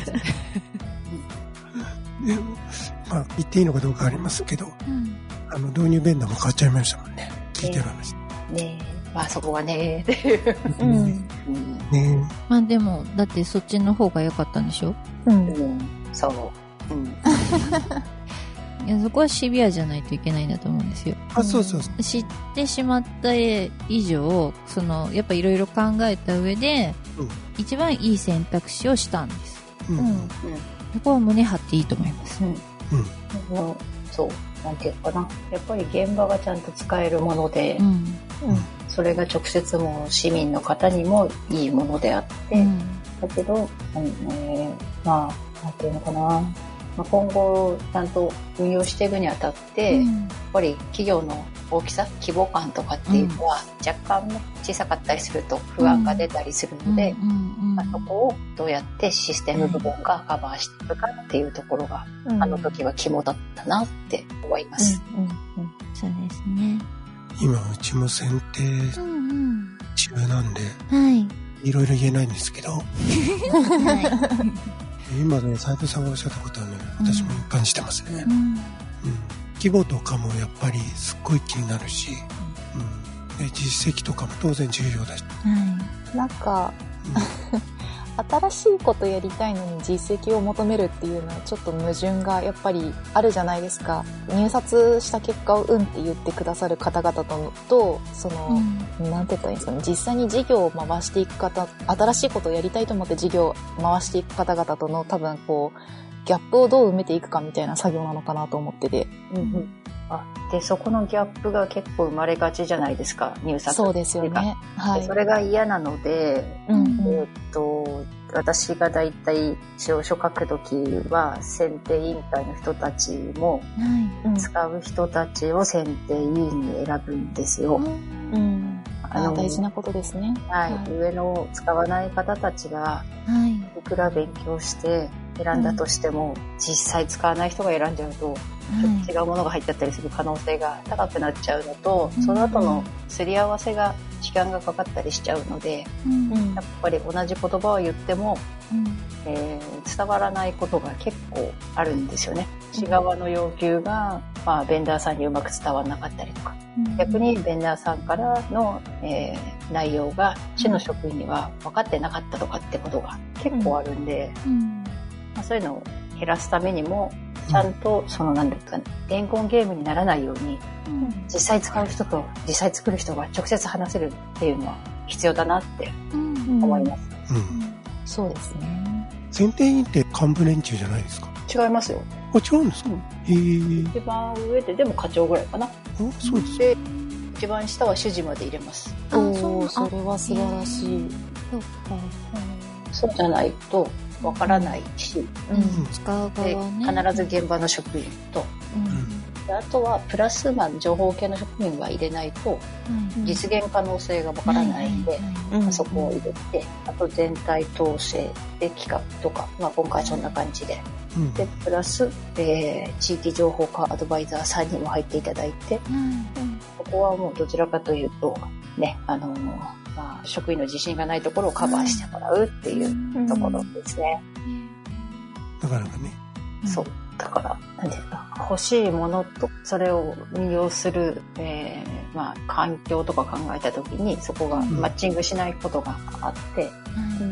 C: でもまあ言っていいのかどうかありますけど、導入ベンダーも変わっちゃいましたもんね。聞いてる話
B: ね。まあそこはねっていう
A: まあでもだってそっちの方が良かったんでしょ。
B: そう。
A: いや、そこはシビアじゃないといけないんだと思うんですよ。
C: そう
A: 知ってしまった以上、やっぱいろいろ考えた上で、一番いい選択肢をしたんです。そこは胸張っていいと思います。
B: そう。なんていうかな。やっぱり現場がちゃんと使えるもので、それが直接もう市民の方にもいいものであって、だけど、まあ、なんていうのかな。今後ちゃんと運用していくにあたって、やっぱり企業の大きさ、規模感とかっていうのは若干ね、小さかったりすると不安が出たりするので、そこをどうやってシステム部分がカバーしていくかっていうところが、あの時は肝だったなって思います。
A: そうですね。
C: 今うちも選定中なんで、いろいろ言えないんですけど、今ね、斉藤さんがおっしゃったことはね、私も感じてますね。規模とかもやっぱりすっごい気になるし、で実績とかも当然重要だし。
D: なんか、新しいことやりたいのに実績を求めるっていうのはちょっと矛盾がやっぱりあるじゃないですか。入札した結果をって言ってくださる方々となんて言ったらいいんですかね、実際に事業を回していく方、新しいことをやりたいと思って事業を回していく方々との多分ギャップをどう埋めていくかみたいな作業なのかなと思ってて。
B: で、そこのギャップが結構生まれがちじゃないですか、入札。
D: そうですよね。
B: それが嫌なので、私がだいたい司書くときは、選定委員会の人たちも、使う人たちを選定委員に選ぶんですよ。
D: 大事なことですね。
B: 上の使わない方たちが、いくら勉強して選んだとしても、実際使わない人が選んじゃうと、違うものが入っちゃったりする可能性が高くなっちゃうのと、その後のすり合わせが時間がかかったりしちゃうので、やっぱり同じ言葉を言っても、伝わらないことが結構あるんですよね。市側の要求が、ベンダーさんにうまく伝わらなかったりとか、逆にベンダーさんからの、内容が市の職員には分かってなかったとかってことが結構あるんで、そういうのを減らすためにも、ちゃんとなんですかね、伝言ゲームにならないように、実際使う人と実際作る人が直接話せるっていうのは必要だなって思います。
D: そうですね。
C: 選定委員って幹部連中じゃないですか？
B: 違いますよ。
C: 違うんですか？
B: 一番上でも課長ぐらいかな。
C: そうです。
B: で、一番下は主事まで入れます。
D: それは素晴らしい。
B: そうじゃないとわからないし、
A: 使う側ね。
B: 必ず現場の職員と、であとはプラス情報系の職員は入れないと、実現可能性がわからないんで、そこを入れて、あと全体統制で企画とか、今回そんな感じで、でプラス、地域情報課アドバイザーさんにも入っていただいて、ここはもうどちらかというとね、職員の自信がないところをカバーしてもらうっていうところですね。
C: なかなかね。
B: そう。だから、なんていうか、欲しいものと、それを運用する、環境とか考えたときに、そこがマッチングしないことがあって、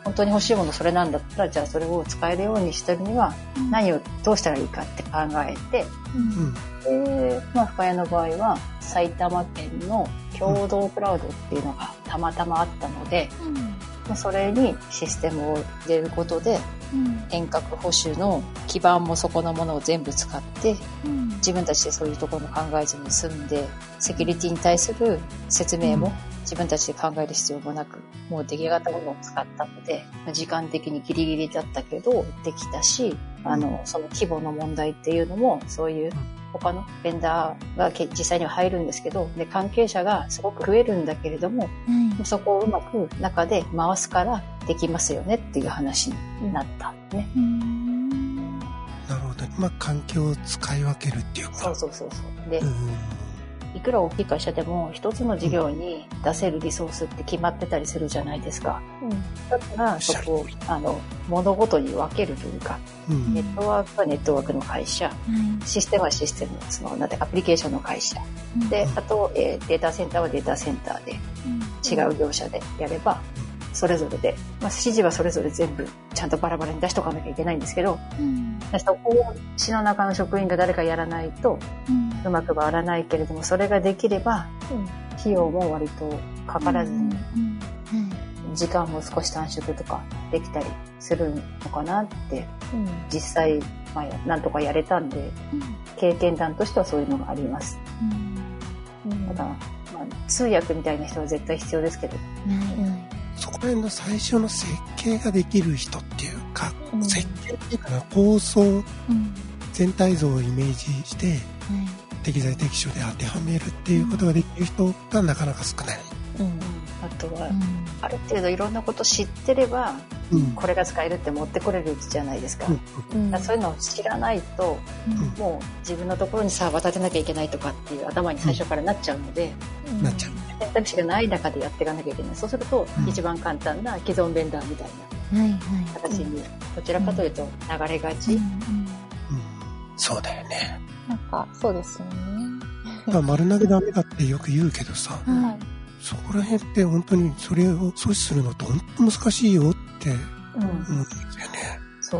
B: 本当に欲しいものそれなんだったら、じゃあそれを使えるようにしてるには何をどうしたらいいかって考えて、で、深谷の場合は埼玉県の共同クラウドっていうのがたまたまあったので、それにシステムを入れることで、遠隔保守の基盤もそこのものを全部使って、自分たちでそういうところも考えずに済んで、セキュリティに対する説明も自分たちで考える必要もなく、もう出来上がったものを使ったので、時間的にギリギリだったけどできたし、その規模の問題っていうのも、そういう他のベンダーが実際には入るんですけど、で関係者がすごく増えるんだけれども、そこをうまく中で回すからできますよねっていう話になったんですね。
C: なるほど。環境を使い分けるっていうか。
B: そう。で、いくら大きい会社でも一つの事業に出せるリソースって決まってたりするじゃないですか。だからそこを物ごとに分けるというか、ネットワークはネットワークの会社、システムはシステムのアプリケーションの会社、であと、データセンターはデータセンターで違う業者でやればそれぞれで、指示はそれぞれ全部ちゃんとバラバラに出しとかなきゃいけないんですけど、そこを市の中の職員が誰かやらないとうまく回らないけれども、それができれば費用も割とかからずに時間も少し短縮とかできたりするのかなって、実際、なんとかやれたんで、経験談としてはそういうのがあります。ただ、通訳みたいな人は絶対必要ですけど、
C: そこら辺の最初の設計ができる人っていうか、設計っていうかな、構想、全体像をイメージして、適材適所で当てはめるっていうことができる人がなかなか少ない。
B: あとは、ある程度いろんなこと知ってれば、これが使えるって持ってこれるじゃないですか。そういうのを知らないと、もう自分のところにサーバー立てなきゃいけないとかっていう頭に最初からなっちゃうので、選択肢がない中でやっていかなきゃいけない。そうすると、一番簡単な既存ベンダーみたいな形に、どちらかというと流れがち。
C: そうだよね。
D: そうですよね。
C: 丸投げダメだってよく言うけどさ、そこら辺って本当にそれを阻止するのって本当難しいよって思うんですよね。
B: そう。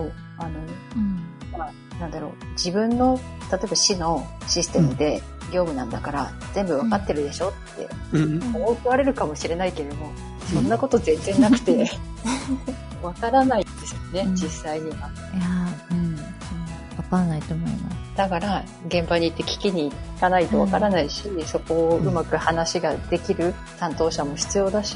B: 自分の、例えば市のシステムで業務なんだから全部わかってるでしょって思われるかもしれないけれども、そんなこと全然なくて、わからないんですよね、実際には。
A: わかんないと思います。
B: だから現場に行って聞きに行かないとわからないし、そこをうまく話ができる担当者も必要だし、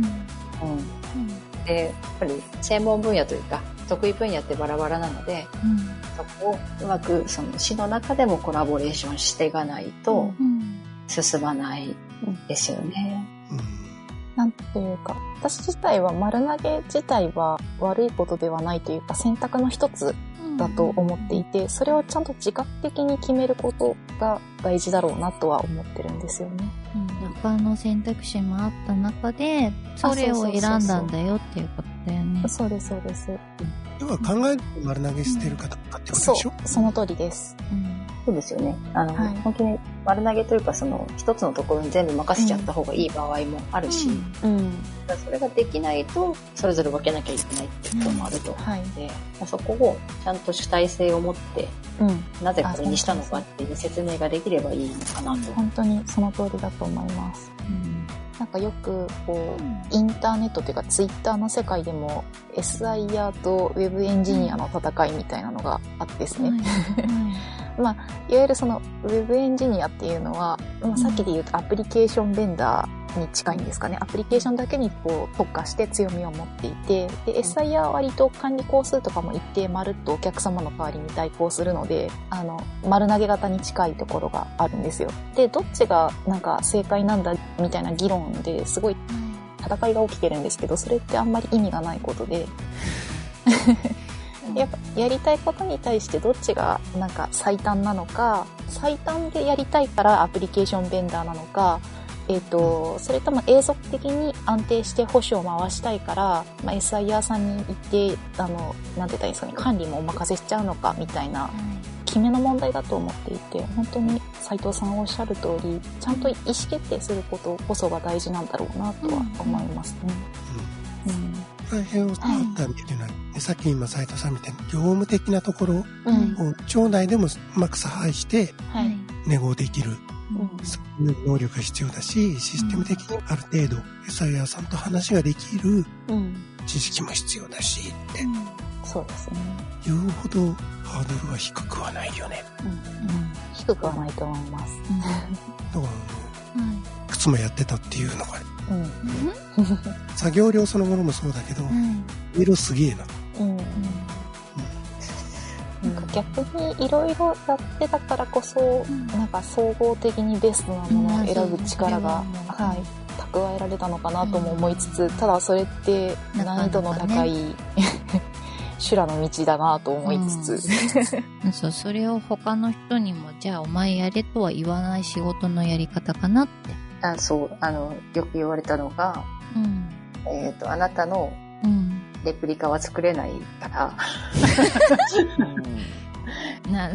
B: でやっぱり専門分野というか得意分野ってバラバラなので、そこをうまくその市の中でもコラボレーションしていかないと進まないですよね。
D: なんていうか、私自体は丸投げ自体は悪いことではないというか選択の一つだと思っていて、それをちゃんと自覚的に決めることが大事だろうなとは思ってるんですよね。
A: 他の選択肢もあった中でそれを選んだんだよっていうことだよね。
D: そうです。
C: 要は考えて丸投げしてる方とかってことでしょ？
D: その通りです。
B: そうですよね。本当に丸投げというかその一つのところに全部任せちゃった方がいい場合もあるし、それができないとそれぞれ分けなきゃいけないっていうこともあると思うので、そこをちゃんと主体性を持って、なぜこれにしたのかっていう説明ができればいいのかなと。
D: 本当にその通りだと思います。なんかよくインターネットというかツイッターの世界でも SIR とウェブエンジニアの戦いみたいなのがあってですね。いわゆるそのウェブエンジニアっていうのは、さっきで言うとアプリケーションベンダーに近いんですかね。アプリケーションだけに特化して強みを持っていて、で SIR は割と管理工数とかも一定まるっとお客様の代わりに代行するので、丸投げ型に近いところがあるんですよ。で、どっちがなんか正解なんだみたいな議論ですごい戦いが起きてるんですけど、それってあんまり意味がないことでやっぱやりたいことに対してどっちがなんか最短なのか、最短でやりたいからアプリケーションベンダーなのか、それとも永続的に安定して保守を回したいから、SIR さんに行ってなんて言ったらいいですかね、管理もお任せしちゃうのかみたいな決めの問題だと思っていて、本当に斉藤さんおっしゃる通り、ちゃんと意思決定することこそが大事なんだろうなとは思いますね。
C: ら辺を触ったっていうのは、さっき今斉藤さんみたいな業務的なところを町内でもうまく差配してネゴできる、そういう能力が必要だし、システム的にある程度餌屋さんと話ができる知識も必要だしって、
D: そうですね。
C: 言うほどハードルは低くはないよね。
D: 低くはないと思います。
C: だから靴もやってたっていうのが、作業量そのものもそうだけど、色すげえな。
D: なんか逆にいろいろやってたからこそ、なんか総合的にベストなものを選ぶ力が、蓄えられたのかなとも思いつつ、ただそれって難易度の高い修羅の道だなと思いつつ、
A: それを他の人にも、じゃあお前やれとは言わない仕事のやり方かなって。
B: そう、よく言われたのが、あなたのレプリカは作れないから、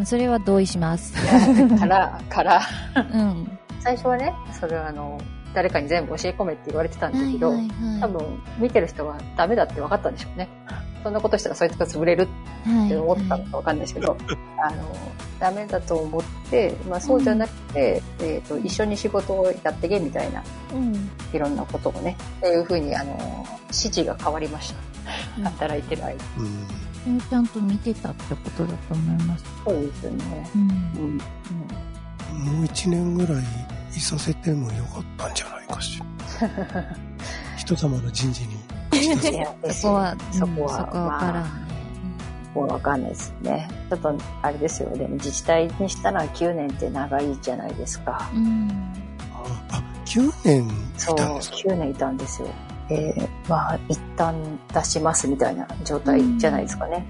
A: それは同意します。
B: から、最初はね、それは誰かに全部教え込めって言われてたんだけど、多分見てる人はダメだって分かったんでしょうね。そんなことしたらそいつが潰れるって思ったのか分かんないですけど、ダメだと思って、そうじゃなくて、一緒に仕事をやってけみたいな、いろんなことをね、っていうふうに指示が変わりました。働いてる間。
A: ちゃんと見てたってことだと思います。
B: そうですよね。
C: もう1年ぐらいいさせてもよかったんじゃないかしら。人様の人事に。
A: そこはわからんね。
B: もうわかんないですね。ちょっとあれですよ。でも自治体にしたら9年って長いじゃないですか。
C: 9年いたんですか？
B: そう、9年いたんですよ。一旦出しますみたいな状態じゃないですかね。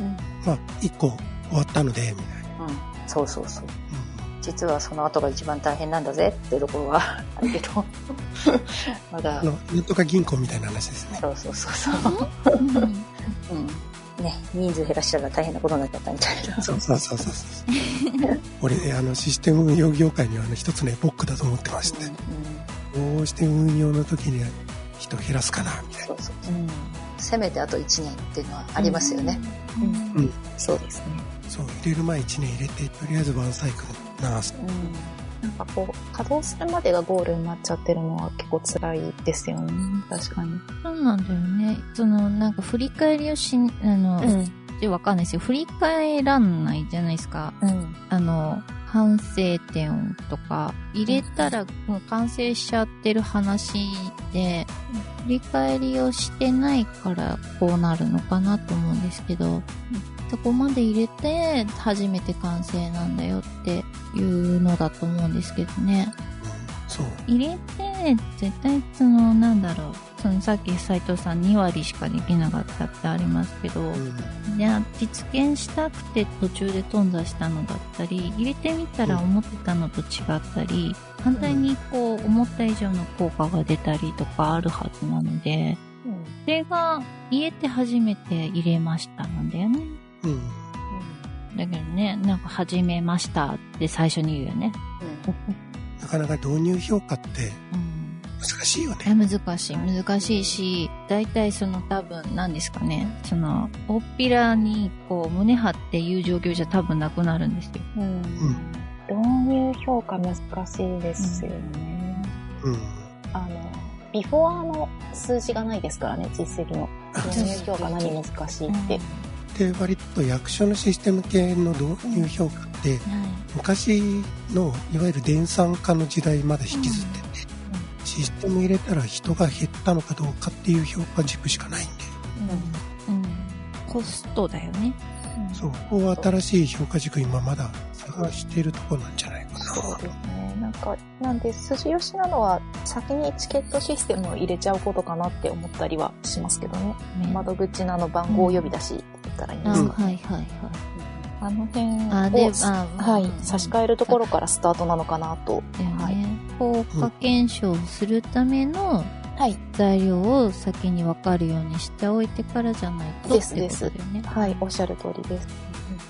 C: 1個終わったので、みたいな。
B: そう。実はその後が一番大変なんだぜっていうところはあるけど、まだ。
C: なんとか銀行みたいな話ですね。
B: そう。ね、人数減らしたら大変なことになっちゃったみたいな。そう。俺、システム運用業界には一つのエポックだと思ってまして、どうして運用の時には人を減らすかな、みたいな。せめてあと1年っていうのはありますよね。
D: そうですね。
C: そう、入れる前1年入れて、とりあえずワンサイクル流す。
D: なんかこう、稼働するまでがゴールになっちゃってるのは結構辛いですよね。確かに。
A: そうなんだよね。なんか振り返りをわかんないですよ。振り返らないじゃないですか。反省点とか入れたらもう完成しちゃってる話で、振り返りをしてないからこうなるのかなと思うんですけど、そこまで入れて初めて完成なんだよっていうのだと思うんですけどね。
C: そう。
A: 入れて絶対さっき斉藤さん2割しかできなかったってありますけど、じゃあ実現したくて途中で頓挫したのだったり、入れてみたら思ってたのと違ったり、反対にこう思った以上の効果が出たりとかあるはずなので、それが入れて初めて入れましたなんだよね。だけどね、なんか始めましたって最初に言うよね。
C: なかなか導入評価って難しいよね。
A: 難しいし、大体多分何ですかね、大っぴらにこう胸張って言う状況じゃ多分なくなるんですよ。
D: 導入評価難しいですよね。ビフォアの数字がないですからね、実績の。導入評価何難しいって。
C: で、割と役所のシステム系の導入評価って、昔のいわゆる電算化の時代まで引きずってて、システム入れたら人が減ったのかどうかっていう評価軸しかないんで。
A: コストだよね。
C: そう、ここは新しい評価軸今まだ探しているところなんじゃないかな。
D: そうですね。なんで筋良しなのは先にチケットシステムを入れちゃうことかなって思ったりはしますけどね。窓口の番号呼び出しって言ったらいいんですか。あの辺を差し替えるところからスタートなのかなと。
A: 効果検証するための材料を先に分かるようにしておいてからじゃないとってことだよね。
D: おっしゃる通りです。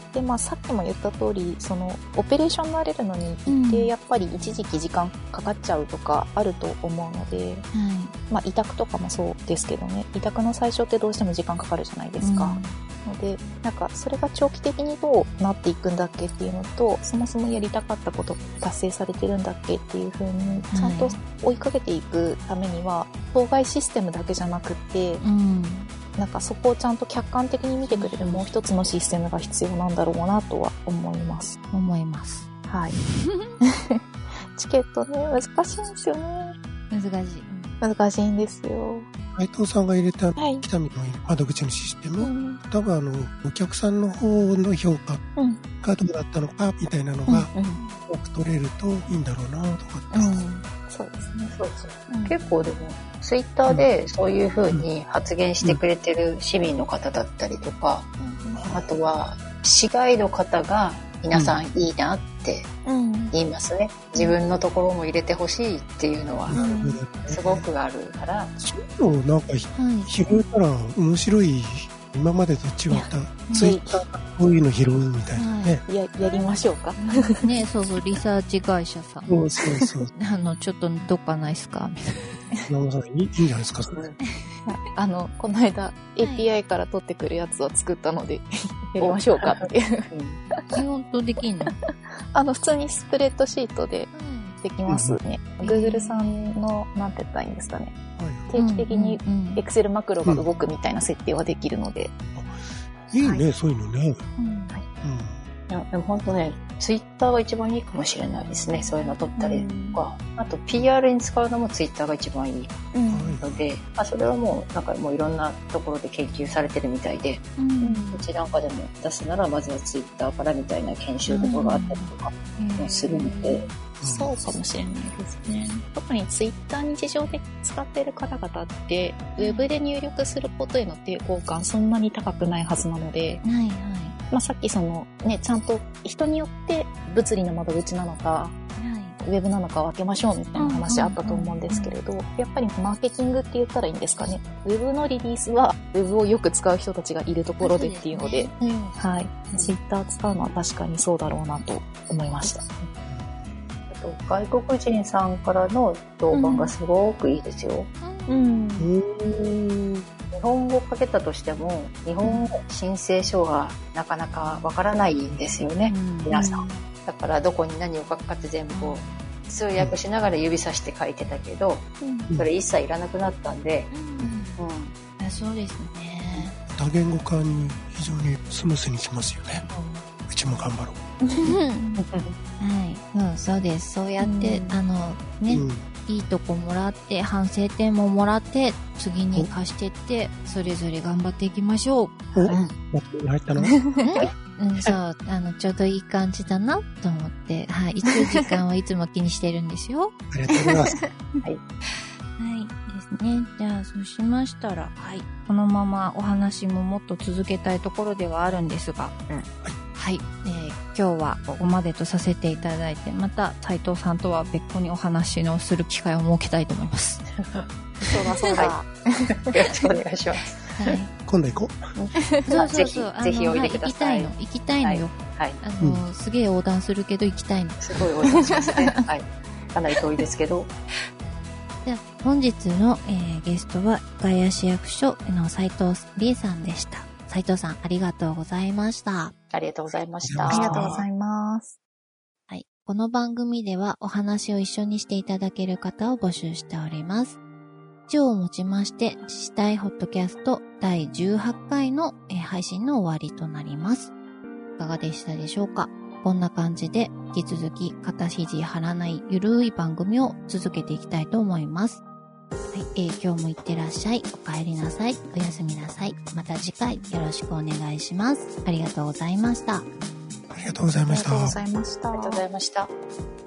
D: で、まあさっきも言った通り、そのオペレーション慣れるのに一定やっぱり一時期時間かかっちゃうとかあると思うので、まあ委託とかもそうですけどね、委託の最初ってどうしても時間かかるじゃないですか。ので、なんかそれが長期的にどうなっていくんだっけっていうのと、そもそもやりたかったこと達成されてるんだっけっていう風にちゃんと追いかけていくためには、当該システムだけじゃなくって、なんかそこをちゃんと客観的に見てくれるもう一つのシステムが必要なんだろうなとは思います。はい。チケットね、難しいんですよね。難しいんですよ。
C: 斉藤さんが入れた北見の窓口のシステム、多分お客さんの方の評価がどうだったのかみたいなのが多く取れるといいんだろうなとかって。
B: そうですね。そうですね。結構でもツイッターでそういう風に発言してくれてる市民の方だったりとか、あとは市外の方が皆さんいいなって言いますね。自分のところも入れてほしいっていうのはすごくあるから。
C: そういうのをなんか拾えたら面白い。今までと違ったツイッターがこういうの拾うみたいなね。
D: やりましょうか。
A: ね、そうそう、リサーチ会社さん。
C: そう。
A: ちょっとどっかないっすかみたい
C: な。山さん、いいんじゃないですか、それ。
D: この間、API から取ってくるやつを作ったので、やりましょうかっていう。
A: 本当できんの？
D: 普通にスプレッドシートでできますね。Google さんの、なんて言ったらいいんですかね。定期的に Excel マクロが動くみたいな設定はできるので。
C: いいね、そういうのね。
B: いや、でも本当ね、ツイッターが一番いいかもしれないですね。そういうの撮ったりとか。あと PR に使うのもツイッターが一番いいので、それはもうなんかもういろんなところで研究されてるみたいで、うちなんかでも出すならまずはツイッターからみたいな研修とかがあったりとかもするので、
D: そうかもしれないですね。特にツイッター日常で使っている方々って、ウェブで入力することへの抵抗感そんなに高くないはずなので、さっきそのね、ちゃんと人によって物理の窓口なのか、ウェブなのか分けましょうみたいな話あったと思うんですけれど、やっぱりマーケティングって言ったらいいんですかね。ウェブのリリースはウェブをよく使う人たちがいるところでっていうので、はい。ツイッター使うのは確かにそうだろうなと思いました。
B: 外国人さんからの動画がすごくいいですよ。日本語かけたとしても日本語申請書がなかなかわからないんですよね、皆さん。だからどこに何を書くかって全部通訳しながら指さして書いてたけど、それ一切いらなくなったんで、
A: そうですね。
C: 多言語化に非常にスムースにきますよね。うちも頑張ろう。
A: はい、そうです。そうやって、いいとこもらって、反省点ももらって、次に貸してって、それぞれ頑張っていきましょう。
C: 入ったの？
A: そう、ちょうどいい感じだなと思って、はい、一応時間はいつも気にしてるんですよ。
C: ありがとうございます。
A: はい。はいですね。じゃあ、そうしましたら、はい。このままお話ももっと続けたいところではあるんですが、はい、今日はここまでとさせていただいて、また斉藤さんとは別個にお話のする機会を設けたいと思います。
D: そうだ。
B: よろしくお願いします。
C: はい、今度行こ
A: う。そう。
B: ぜひおいでください。
A: 行きたいのよ。はい。すげえ横断するけど行きたいの。
B: すごい横断しますね。はい。かなり遠いですけど。
A: じゃあ本日の、ゲストは外野市役所の斉藤理恵さんでした。斉藤さん、ありがとうございました。
B: ありがとうございました。
D: ありがとうございます。
A: はい。この番組ではお話を一緒にしていただける方を募集しております。以上をもちまして、死体ホットキャスト第18回の配信の終わりとなります。いかがでしたでしょうか？こんな感じで引き続き肩肘張らないゆるい番組を続けていきたいと思います。はい、今日もいってらっしゃい。お帰りなさい。おやすみなさい。また次回よろしくお願いします。ありがとうございました。
C: ありがとうございました。
B: ありがとうございました。